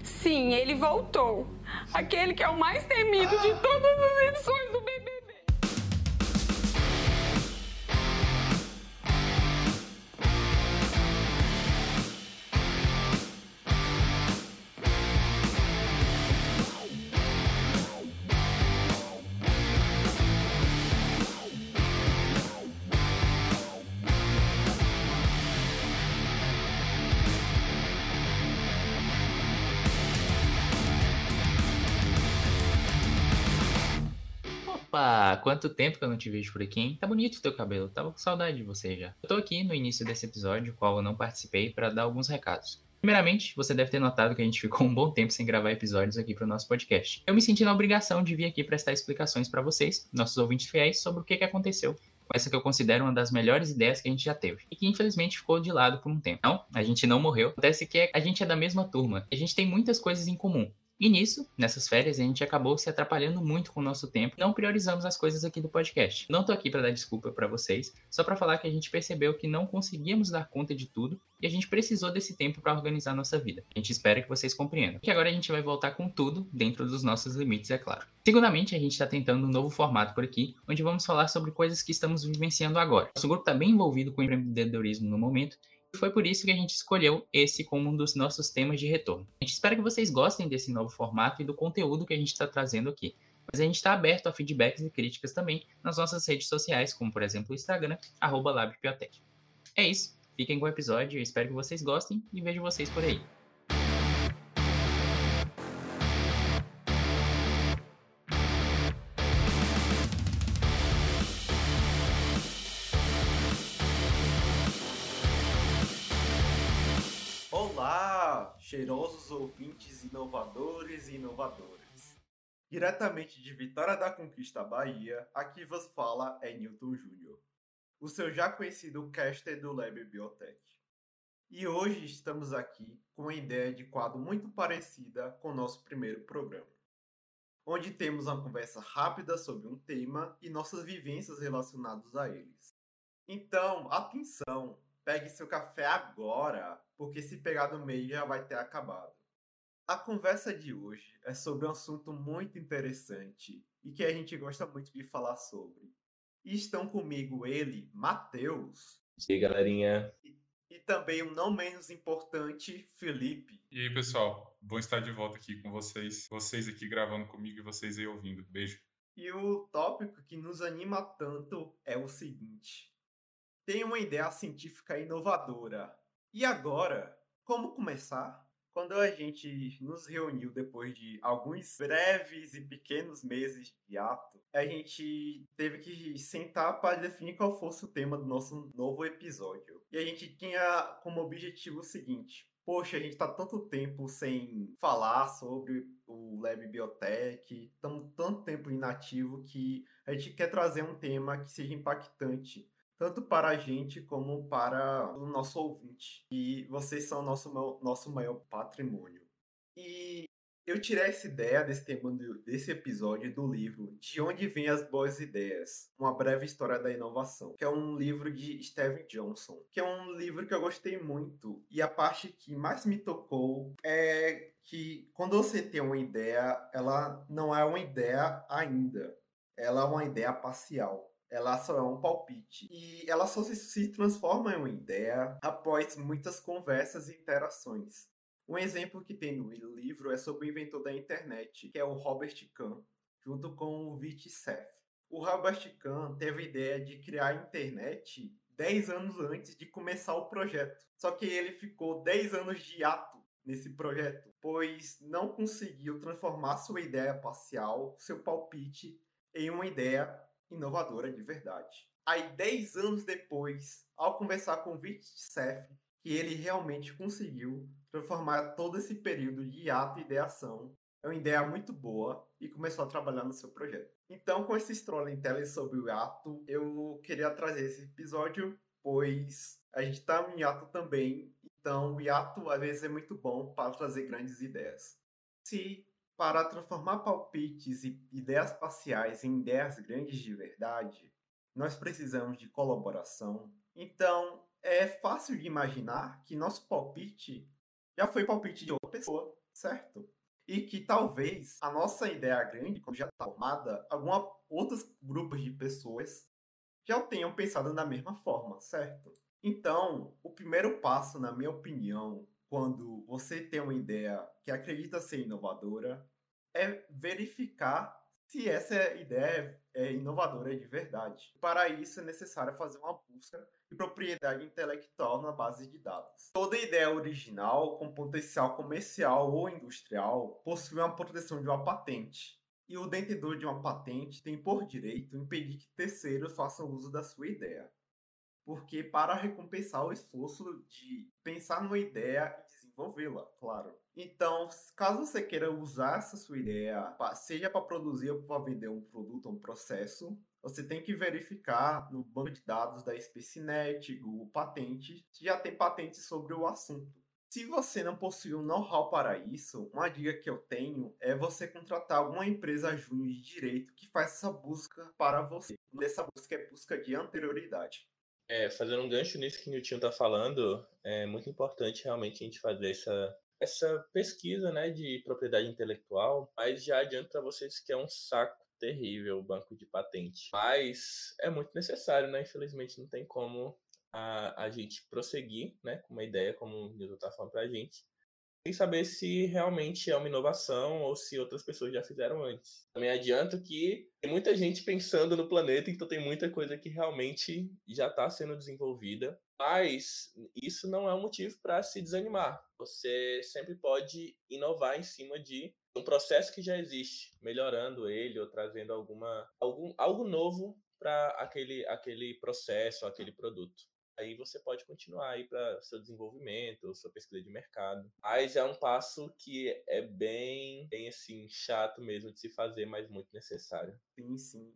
Sim, ele voltou. Aquele que é o mais temido de todas as edições do BBB. Opa, quanto tempo que eu não te vejo por aqui, hein? Tá bonito o teu cabelo, tava com saudade de você já. Eu tô aqui no início desse episódio, qual eu não participei, para dar alguns recados. Primeiramente, você deve ter notado que a gente ficou um bom tempo sem gravar episódios aqui pro nosso podcast. Eu me senti na obrigação de vir aqui prestar explicações para vocês, nossos ouvintes fiéis, sobre o que aconteceu com essa que eu considero uma das melhores ideias que a gente já teve, e que infelizmente ficou de lado por um tempo. Não, a gente não morreu, acontece que a gente é da mesma turma, e a gente tem muitas coisas em comum. E nisso, nessas férias, a gente acabou se atrapalhando muito com o nosso tempo, não priorizamos as coisas aqui do podcast. Não tô aqui para dar desculpa para vocês, só para falar que a gente percebeu que não conseguíamos dar conta de tudo e a gente precisou desse tempo para organizar nossa vida. A gente espera que vocês compreendam. Que agora a gente vai voltar com tudo dentro dos nossos limites, é claro. Segundamente, a gente está tentando um novo formato por aqui, onde vamos falar sobre coisas que estamos vivenciando agora. Nosso grupo está bem envolvido com o empreendedorismo no momento, e foi por isso que a gente escolheu esse como um dos nossos temas de retorno. A gente espera que vocês gostem desse novo formato e do conteúdo que a gente está trazendo aqui. Mas a gente está aberto a feedbacks e críticas também nas nossas redes sociais, como por exemplo o Instagram, @labbiotech. É isso, fiquem com o episódio, eu espero que vocês gostem e vejo vocês por aí. Olá, cheirosos ouvintes inovadores e inovadoras. Diretamente de Vitória da Conquista, Bahia, aqui vos fala é Newton Júnior, o seu já conhecido caster do Lab Biotech. E hoje estamos aqui com uma ideia de quadro muito parecida com o nosso primeiro programa, onde temos uma conversa rápida sobre um tema e nossas vivências relacionadas a eles. Então, atenção! Pegue seu café agora, porque se pegar no meio já vai ter acabado. A conversa de hoje é sobre um assunto muito interessante e que a gente gosta muito de falar sobre. E estão comigo ele, Matheus, E aí, galerinha? e também o não menos importante, Felipe. E aí, pessoal, bom estar de volta aqui com vocês. Vocês aqui gravando comigo e vocês aí ouvindo. Beijo. E o tópico que nos anima tanto é o seguinte: tem uma ideia científica inovadora. E agora, como começar? Quando a gente nos reuniu depois de alguns breves e pequenos meses de ato, a gente teve que sentar para definir qual fosse o tema do nosso novo episódio. E a gente tinha como objetivo o seguinte: poxa, a gente está tanto tempo sem falar sobre o Lab Biotech, estamos tanto tempo inativo que a gente quer trazer um tema que seja impactante tanto para a gente como para o nosso ouvinte. E vocês são nosso maior patrimônio. E eu tirei essa ideia desse tema desse episódio do livro De Onde Vêm as Boas Ideias? Uma Breve História da Inovação, que é um livro de Steven Johnson, que é um livro que eu gostei muito. E a parte que mais me tocou é que quando você tem uma ideia, ela não é uma ideia ainda. Ela é uma ideia parcial. Ela só é um palpite. E ela só se transforma em uma ideia após muitas conversas e interações. Um exemplo que tem no livro é sobre o inventor da internet, que é o Robert Kahn, junto com o Vit Cerf. O Robert Kahn teve a ideia de criar a internet 10 anos antes de começar o projeto. Só que ele ficou 10 anos de hiato nesse projeto, pois não conseguiu transformar sua ideia parcial, seu palpite, em uma ideia inovadora de verdade. Aí, 10 anos depois, ao conversar com o Vit Cerf, que ele realmente conseguiu transformar todo esse período de hiato e ideação em uma ideia muito boa e começou a trabalhar no seu projeto. Então, com esse storytelling sobre o hiato, eu queria trazer esse episódio, pois a gente está em hiato também, então o hiato às vezes é muito bom para trazer grandes ideias. Se para transformar palpites e ideias parciais em ideias grandes de verdade, nós precisamos de colaboração. Então, é fácil de imaginar que nosso palpite já foi palpite de outra pessoa, certo? E que talvez a nossa ideia grande, quando já está formada, outros grupos de pessoas já tenham pensado da mesma forma, certo? Então, o primeiro passo, na minha opinião, quando você tem uma ideia que acredita ser inovadora, é verificar se essa ideia é inovadora de verdade. Para isso, é necessário fazer uma busca de propriedade intelectual na base de dados. Toda ideia original, com potencial comercial ou industrial, possui uma proteção de uma patente. E o detentor de uma patente tem por direito impedir que terceiros façam uso da sua ideia. Porque para recompensar o esforço de pensar numa ideia e desenvolvê-la, claro. Então, caso você queira usar essa sua ideia, seja para produzir ou para vender um produto ou um processo, você tem que verificar no banco de dados da SpaceNet, Google Patente, se já tem patente sobre o assunto. Se você não possui um know-how para isso, uma dica que eu tenho é você contratar alguma empresa júnior de direito que faz essa busca para você. Essa busca é busca de anterioridade. Fazendo um gancho nisso que o Nilton tá falando, é muito importante realmente a gente fazer essa pesquisa, né, de propriedade intelectual, mas já adianto para vocês que é um saco terrível o banco de patente. Mas é muito necessário, né? Infelizmente não tem como a gente prosseguir, né, com uma ideia como o Nilton tá falando pra gente, sem saber se realmente é uma inovação ou se outras pessoas já fizeram antes. Também adianto que tem muita gente pensando no planeta, então tem muita coisa que realmente já está sendo desenvolvida, mas isso não é um motivo para se desanimar. Você sempre pode inovar em cima de um processo que já existe, melhorando ele ou trazendo algo novo para aquele processo, aquele produto. Aí você pode continuar aí para seu desenvolvimento, sua pesquisa de mercado. Mas é um passo que é bem assim, chato mesmo de se fazer, mas muito necessário. Sim, sim.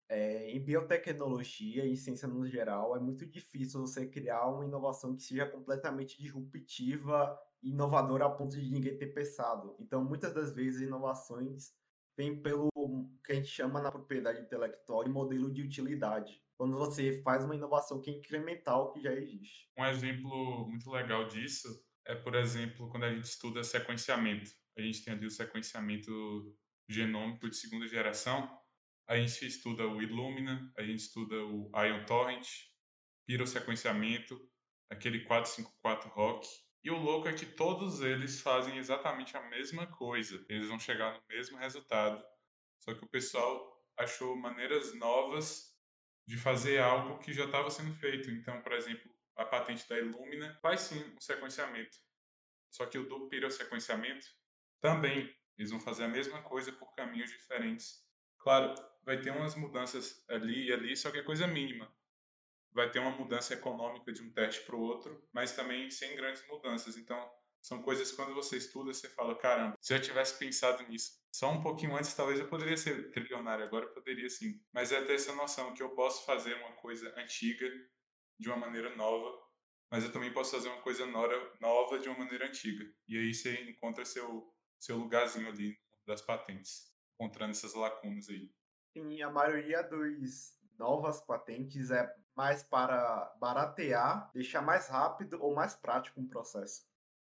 Em biotecnologia e ciência no geral, é muito difícil você criar uma inovação que seja completamente disruptiva e inovadora a ponto de ninguém ter pensado. Então, muitas das vezes, inovações vêm pelo que a gente chama na propriedade intelectual de modelo de utilidade. Quando você faz uma inovação que é incremental ao que já existe. Um exemplo muito legal disso é, por exemplo, quando a gente estuda sequenciamento. A gente tem ali o sequenciamento genômico de segunda geração. A gente estuda o Illumina, a gente estuda o Ion Torrent, pirossequenciamento, aquele 454-ROC. E o louco é que todos eles fazem exatamente a mesma coisa. Eles vão chegar no mesmo resultado. Só que o pessoal achou maneiras novas de fazer algo que já estava sendo feito. Então, por exemplo, a patente da Illumina faz sim um sequenciamento. Só que o do pirossequenciamento também. Eles vão fazer a mesma coisa por caminhos diferentes. Claro, vai ter umas mudanças ali e ali, só que é coisa mínima. Vai ter uma mudança econômica de um teste para o outro, mas também sem grandes mudanças. Então, são coisas que quando você estuda, você fala, caramba, se eu tivesse pensado nisso só um pouquinho antes, talvez eu poderia ser trilionário, agora eu poderia sim. Mas é ter essa noção que eu posso fazer uma coisa antiga de uma maneira nova, mas eu também posso fazer uma coisa nova de uma maneira antiga. E aí você encontra seu lugarzinho ali das patentes, encontrando essas lacunas aí. Sim, a maioria dos novas patentes é mais para baratear, deixar mais rápido ou mais prático um processo.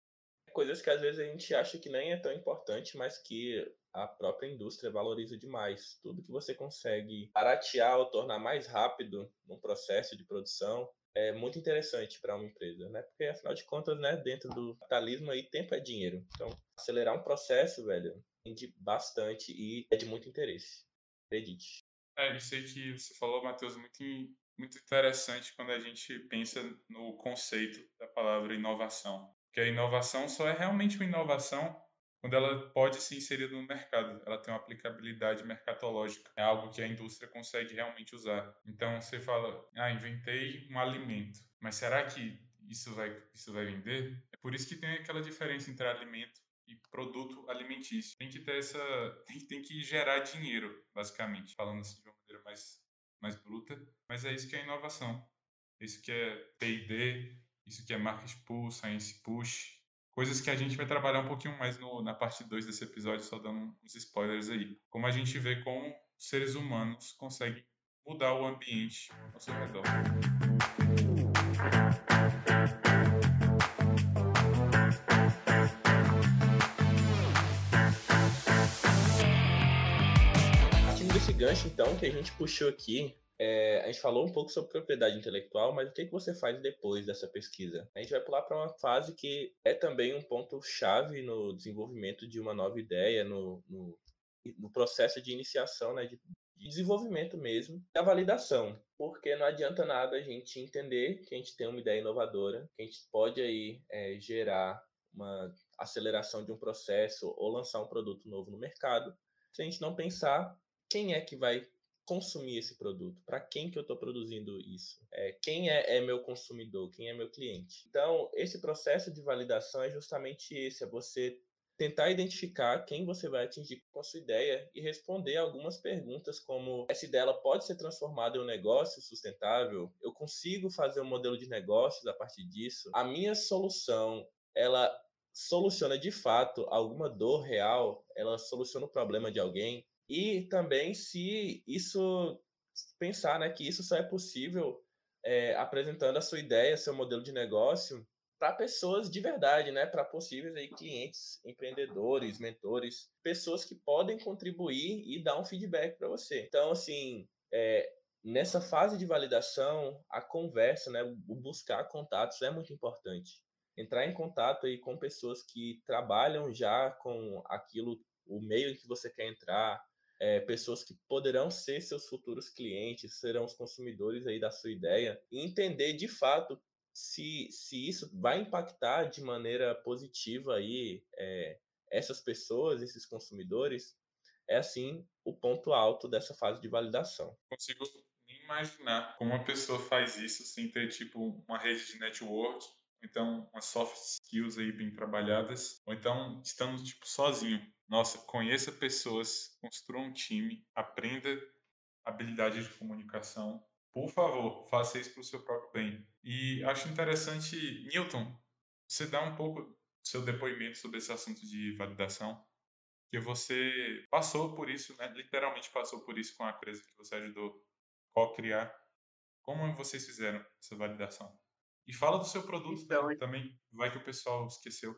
Coisas que às vezes a gente acha que nem é tão importante, mas que a própria indústria valoriza demais. Tudo que você consegue baratear ou tornar mais rápido num processo de produção é muito interessante para uma empresa, né? Porque afinal de contas, né, dentro do capitalismo aí tempo é dinheiro. Então, acelerar um processo, velho, rende bastante e é de muito interesse. Acredite. Isso aí que você falou, Matheus, muito interessante quando a gente pensa no conceito da palavra inovação. Porque a inovação só é realmente uma inovação quando ela pode ser inserida no mercado. Ela tem uma aplicabilidade mercadológica. É algo que a indústria consegue realmente usar. Então, você fala, inventei um alimento. Mas será que isso vai vender? É por isso que tem aquela diferença entre alimento e produto alimentício. Tem que ter tem que gerar dinheiro, basicamente, falando assim de uma maneira mais bruta, mas é isso que é inovação. Isso que é P&D, isso que é Market Pull, Science Push, coisas que a gente vai trabalhar um pouquinho mais na parte 2 desse episódio, só dando uns spoilers aí. Como a gente vê como seres humanos conseguem mudar o ambiente ao seu redor. gancho, então, que a gente puxou aqui, a gente falou um pouco sobre propriedade intelectual, mas o que você faz depois dessa pesquisa? A gente vai pular para uma fase que é também um ponto-chave no desenvolvimento de uma nova ideia, no processo de iniciação, né, de desenvolvimento mesmo, da validação. Porque não adianta nada a gente entender que a gente tem uma ideia inovadora, que a gente pode aí gerar uma aceleração de um processo ou lançar um produto novo no mercado, se a gente não pensar quem é que vai consumir esse produto, para quem que eu estou produzindo isso, quem é meu consumidor, quem é meu cliente. Então, esse processo de validação é justamente esse, é você tentar identificar quem você vai atingir com a sua ideia e responder algumas perguntas como: essa ideia ela pode ser transformada em um negócio sustentável? Eu consigo fazer um modelo de negócios a partir disso? A minha solução, ela soluciona de fato alguma dor real? Ela soluciona o problema de alguém? E também se isso, pensar, né, que isso só é possível apresentando a sua ideia, seu modelo de negócio para pessoas de verdade, né, para possíveis aí clientes, empreendedores, mentores, pessoas que podem contribuir e dar um feedback para você. Então, assim, nessa fase de validação, a conversa, né, o buscar contatos é muito importante. Entrar em contato aí com pessoas que trabalham já com aquilo, o meio em que você quer entrar, pessoas que poderão ser seus futuros clientes, serão os consumidores aí da sua ideia, e entender de fato se isso vai impactar de maneira positiva aí essas pessoas, esses consumidores, é assim o ponto alto dessa fase de validação. Não consigo nem imaginar como uma pessoa faz isso sem ter tipo uma rede de network, ou então umas soft skills aí bem trabalhadas, ou então estando tipo sozinho. Nossa, conheça pessoas, construa um time, aprenda habilidade de comunicação. Por favor, faça isso para o seu próprio bem. E acho interessante, Newton, você dá um pouco do seu depoimento sobre esse assunto de validação, que você passou por isso, né? Literalmente passou por isso com a empresa que você ajudou a co-criar. Como vocês fizeram essa validação? E fala do seu produto, Então, né? Também vai que o pessoal esqueceu.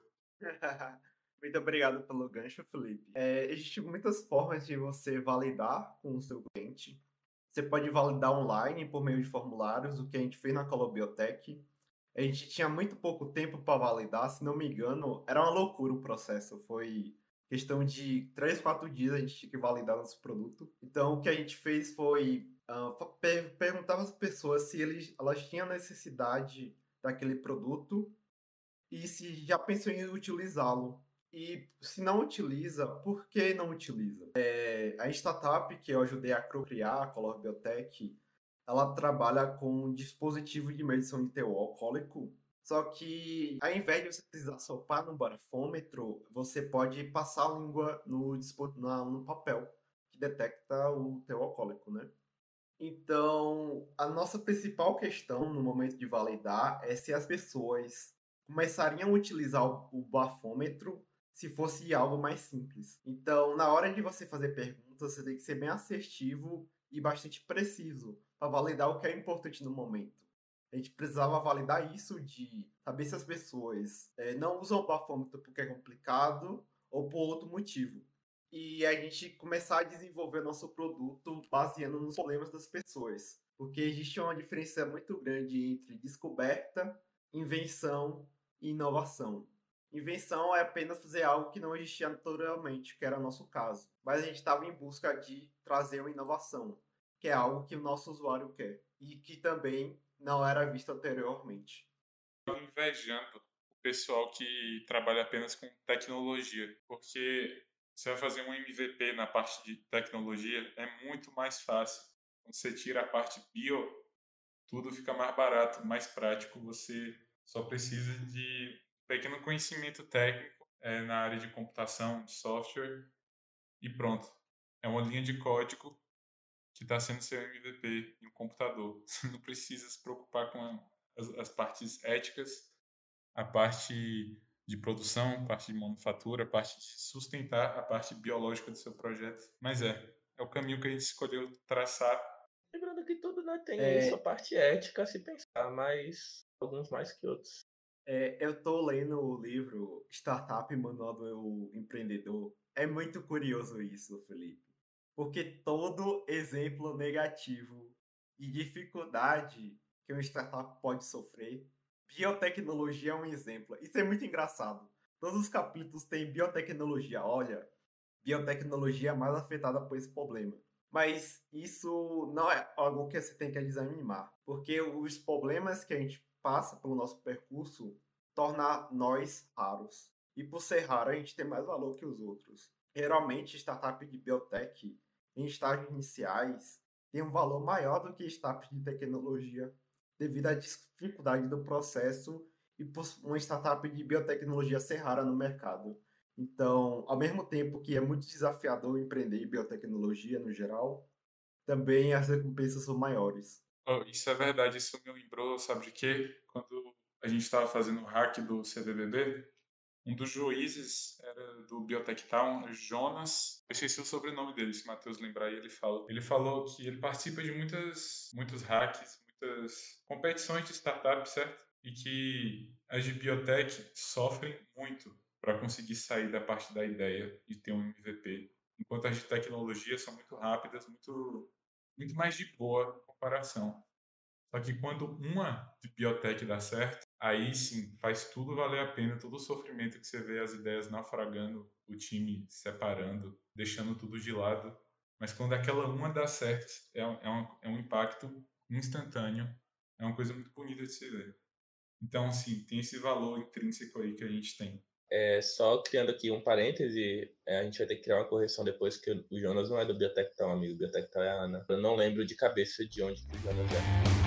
muito obrigado pelo gancho, Felipe. Existem muitas formas de você validar com o seu cliente. Você pode validar online por meio de formulários, o que a gente fez na Colobiotech. A gente tinha muito pouco tempo para validar, se não me engano, era uma loucura o processo. Foi questão de 3, 4 dias a gente tinha que validar nosso produto. Então, o que a gente fez foi perguntar às pessoas se elas tinham necessidade daquele produto e se já pensou em utilizá-lo. E se não utiliza, por que não utiliza? A startup que eu ajudei a criar, a Color Biotech, ela trabalha com um dispositivo de medição de teor alcoólico. Só que, ao invés de você precisar soprar no barafômetro, você pode passar a língua no papel, que detecta o teor alcoólico, né? Então, a nossa principal questão no momento de validar é se as pessoas começariam a utilizar o bafômetro se fosse algo mais simples. Então, na hora de você fazer perguntas, você tem que ser bem assertivo e bastante preciso para validar o que é importante no momento. A gente precisava validar isso de saber se as pessoas não usam o bafômetro porque é complicado ou por outro motivo. E a gente começar a desenvolver nosso produto baseando nos problemas das pessoas. Porque existe uma diferença muito grande entre descoberta, invenção e inovação. Invenção é apenas fazer algo que não existia naturalmente, que era o nosso caso. Mas a gente estava em busca de trazer uma inovação, que é algo que o nosso usuário quer e que também não era visto anteriormente. Estou invejando o pessoal que trabalha apenas com tecnologia, porque você vai fazer um MVP na parte de tecnologia, é muito mais fácil. Quando você tira a parte bio, tudo fica mais barato, mais prático. Você só precisa de um pequeno conhecimento técnico na área de computação, de software, e pronto. É uma linha de código que está sendo seu MVP em um computador. Você não precisa se preocupar com as partes éticas, a parte de produção, a parte de manufatura, a parte de sustentar a parte biológica do seu projeto. Mas é o caminho que a gente escolheu traçar. Lembrando que tudo, né, tem aí sua parte ética a se pensar, mas alguns mais que outros. Eu estou lendo o livro Startup Manual do Empreendedor. É muito curioso isso, Felipe. Porque todo exemplo negativo e dificuldade que uma startup pode sofrer, biotecnologia é um exemplo. Isso é muito engraçado. Todos os capítulos têm biotecnologia. Olha, biotecnologia é mais afetada por esse problema. Mas isso não é algo que você tem que desanimar, porque os problemas que a gente passa pelo nosso percurso torna nós raros. E por ser raro, a gente tem mais valor que os outros. Geralmente, startup de biotech, em estágios iniciais, tem um valor maior do que startups de tecnologia, devido à dificuldade do processo e por uma startup de biotecnologia ser rara no mercado. Então, ao mesmo tempo que é muito desafiador empreender em biotecnologia no geral, também as recompensas são maiores. Oh, isso é verdade, isso me lembrou, sabe de quê? Quando a gente estava fazendo o hack do CVBB, um dos juízes era do Biotech Town, Jonas. Eu esqueci o sobrenome dele, se o Matheus lembrar aí, ele fala. Ele falou que ele participa de muitos hacks, muitas competições de startup, certo? E que as de biotech sofrem muito para conseguir sair da parte da ideia e ter um MVP. Enquanto as de tecnologia são muito rápidas, muito mais de boa comparação. Só que quando uma de biotech dá certo, aí sim faz tudo valer a pena, todo o sofrimento que você vê as ideias naufragando, o time se separando, deixando tudo de lado. Mas quando aquela uma dá certo, é um impacto instantâneo, é uma coisa muito bonita de se ver. Então, sim, tem esse valor intrínseco aí que a gente tem. Só criando aqui um parêntese, a gente vai ter que criar uma correção depois, que o Jonas não é do Biotectal, amigo. O Biotectal é a Ana. Eu não lembro de cabeça de onde que o Jonas é.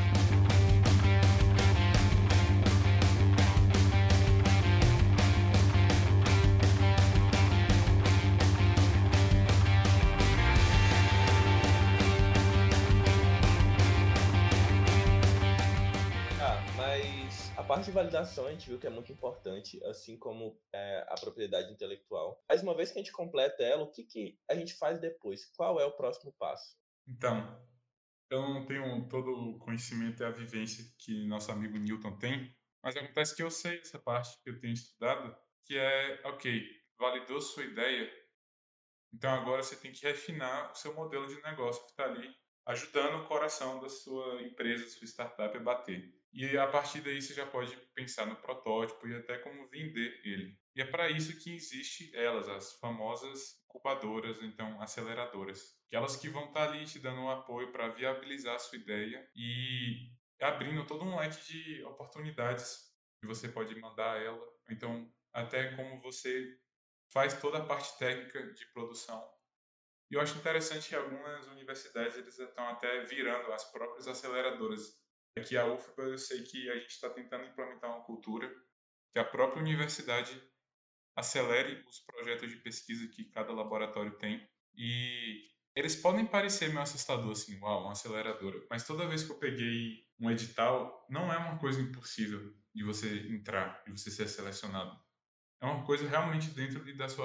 Mas a parte de validação a gente viu que é muito importante, assim como a propriedade intelectual. Mas uma vez que a gente completa ela, o que a gente faz depois? Qual é o próximo passo? Então, eu não tenho todo o conhecimento e a vivência que nosso amigo Newton tem, mas acontece que eu sei essa parte que eu tenho estudado, que é, ok, validou sua ideia, então agora você tem que refinar o seu modelo de negócio que está ali, ajudando o coração da sua empresa, da sua startup a bater. E a partir daí você já pode pensar no protótipo e até como vender ele. E é para isso que existe elas, as famosas incubadoras, então aceleradoras, que elas que vão estar ali te dando um apoio para viabilizar a sua ideia e abrindo todo um leque de oportunidades que você pode mandar a ela, então até como você faz toda a parte técnica de produção. E eu acho interessante que algumas universidades eles estão até virando as próprias aceleradoras. Aqui a UFBA eu sei que a gente está tentando implementar uma cultura que a própria universidade acelere os projetos de pesquisa que cada laboratório tem. E eles podem parecer meio assustador, assim, uau, uma aceleradora. Mas toda vez que eu peguei um edital, não é uma coisa impossível de você entrar, de você ser selecionado. É uma coisa realmente dentro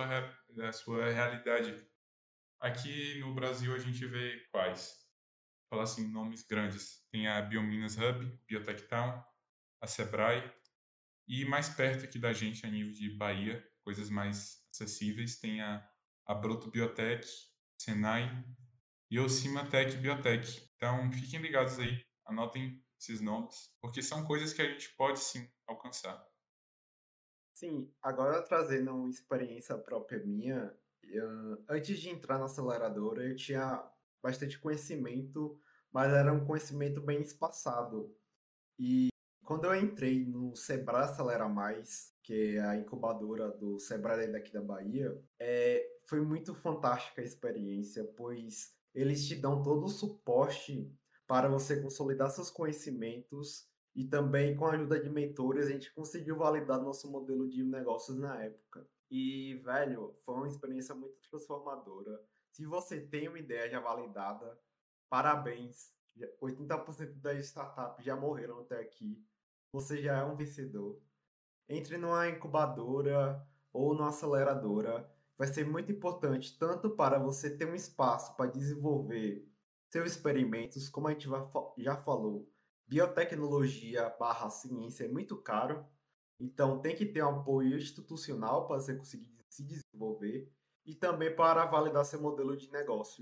da sua realidade. Aqui no Brasil a gente vê quais? Falar assim, nomes grandes. Tem a Biominas Hub, Biotech Town, a Sebrae, e mais perto aqui da gente, a nível de Bahia, coisas mais acessíveis, tem a Broto Biotech, Senai e o Cimatec Biotech. Então fiquem ligados aí, anotem esses nomes, porque são coisas que a gente pode sim alcançar. Sim, agora trazendo uma experiência própria minha, antes de entrar na aceleradora, eu tinha bastante conhecimento, mas era um conhecimento bem espaçado. E quando eu entrei no Sebrae Acelera Mais, que é a incubadora do Sebrae daqui da Bahia, foi muito fantástica a experiência, pois eles te dão todo o suporte para você consolidar seus conhecimentos e também com a ajuda de mentores a gente conseguiu validar nosso modelo de negócios na época. E, velho, foi uma experiência muito transformadora. Se você tem uma ideia já validada, parabéns. 80% das startups já morreram até aqui. Você já é um vencedor. Entre numa incubadora ou numa aceleradora. Vai ser muito importante tanto para você ter um espaço para desenvolver seus experimentos, como a gente já falou, biotecnologia barra ciência é muito caro, então tem que ter um apoio institucional para você conseguir se desenvolver e também para validar seu modelo de negócio.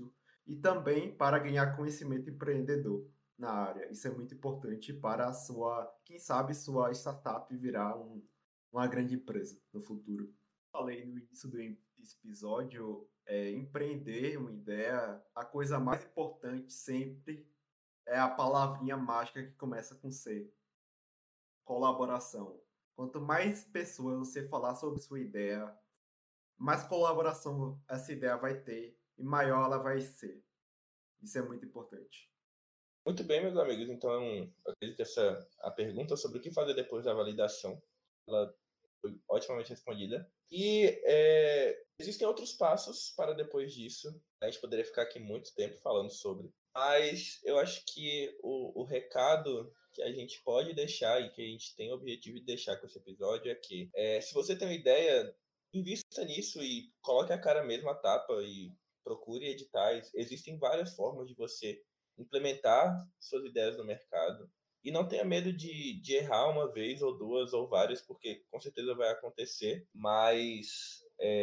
e também para ganhar conhecimento empreendedor na área. Isso é muito importante para a sua, quem sabe, sua startup virar uma grande empresa no futuro. Falei no início do episódio, empreender uma ideia, a coisa mais importante sempre é a palavrinha mágica que começa com C. Colaboração. Quanto mais pessoas você falar sobre sua ideia, mais colaboração essa ideia vai ter e maior ela vai ser. Isso é muito importante. Muito bem, meus amigos. Então, eu acredito que a pergunta sobre o que fazer depois da validação, ela foi otimamente respondida. E existem outros passos para depois disso. A gente poderia ficar aqui muito tempo falando sobre. Mas eu acho que o recado que a gente pode deixar e que a gente tem o objetivo de deixar com esse episódio é que se você tem uma ideia, invista nisso e coloque a cara mesmo a tapa e procure editais. Existem várias formas de você implementar suas ideias no mercado. E não tenha medo de errar uma vez ou duas ou várias, porque com certeza vai acontecer. Mas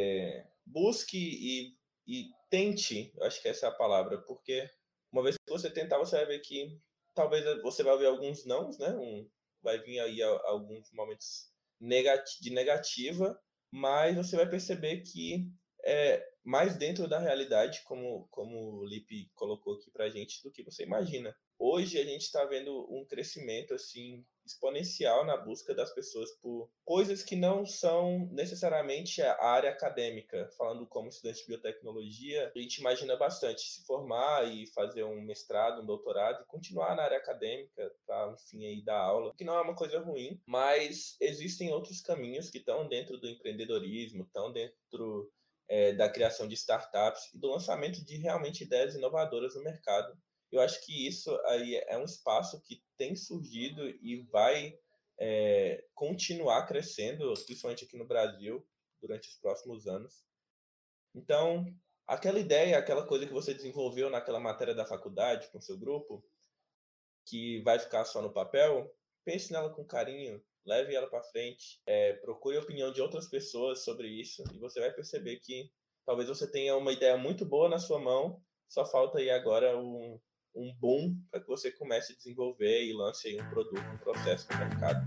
busque e tente, eu acho que essa é a palavra, porque uma vez que você tentar, você vai ver que talvez você vai ver alguns nãos, né? Vai vir aí alguns momentos de negativa, mas você vai perceber que mais dentro da realidade, como o Lipe colocou aqui pra gente, do que você imagina. Hoje a gente está vendo um crescimento assim exponencial na busca das pessoas por coisas que não são necessariamente a área acadêmica. Falando como estudante de biotecnologia, a gente imagina bastante se formar e fazer um mestrado, um doutorado e continuar na área acadêmica para, enfim, aí dar aula, que não é uma coisa ruim, mas existem outros caminhos que estão dentro do empreendedorismo, estão dentro da criação de startups e do lançamento de realmente ideias inovadoras no mercado. Eu acho que isso aí é um espaço que tem surgido e vai continuar crescendo, principalmente aqui no Brasil, durante os próximos anos. Então, aquela ideia, aquela coisa que você desenvolveu naquela matéria da faculdade com o seu grupo, que vai ficar só no papel, pense nela com carinho, leve ela para frente, procure a opinião de outras pessoas sobre isso e você vai perceber que talvez você tenha uma ideia muito boa na sua mão, só falta aí agora um boom para que você comece a desenvolver e lance aí um produto, um processo no mercado.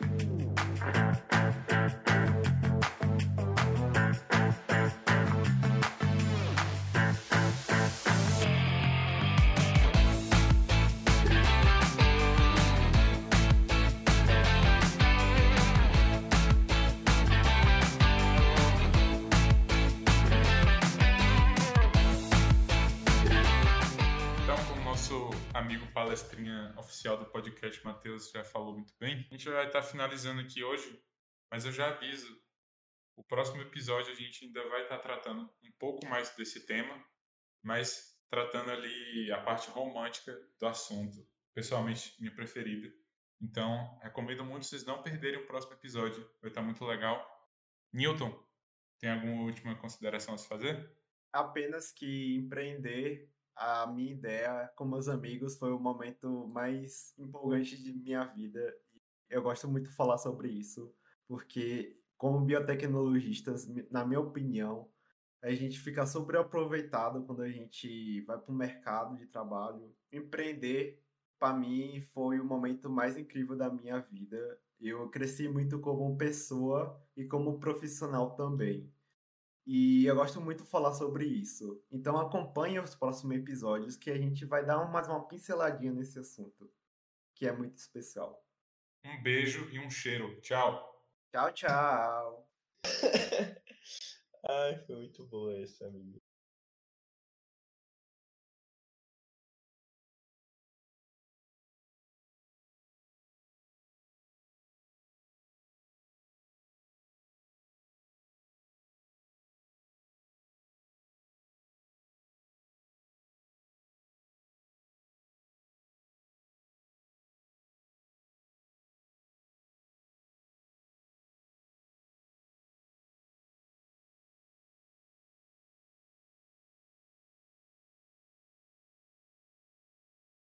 Amigo palestrinha oficial do podcast, Matheus, já falou muito bem. A gente vai estar finalizando aqui hoje, mas eu já aviso, o próximo episódio a gente ainda vai estar tratando um pouco mais desse tema, mas tratando ali a parte romântica do assunto, pessoalmente minha preferida. Então, recomendo muito vocês não perderem o próximo episódio, vai estar muito legal. Newton, tem alguma última consideração a se fazer? Apenas que empreender, a minha ideia com meus amigos foi o momento mais empolgante de minha vida. Eu gosto muito de falar sobre isso, porque como biotecnologistas, na minha opinião, a gente fica sobreaproveitado quando a gente vai para o mercado de trabalho. Empreender, para mim, foi o momento mais incrível da minha vida. Eu cresci muito como pessoa e como profissional também. E eu gosto muito de falar sobre isso. Então acompanhe os próximos episódios que a gente vai dar mais uma pinceladinha nesse assunto, que é muito especial. Um beijo e um cheiro. Tchau. Tchau, tchau. Ai, foi muito boa essa, amigo.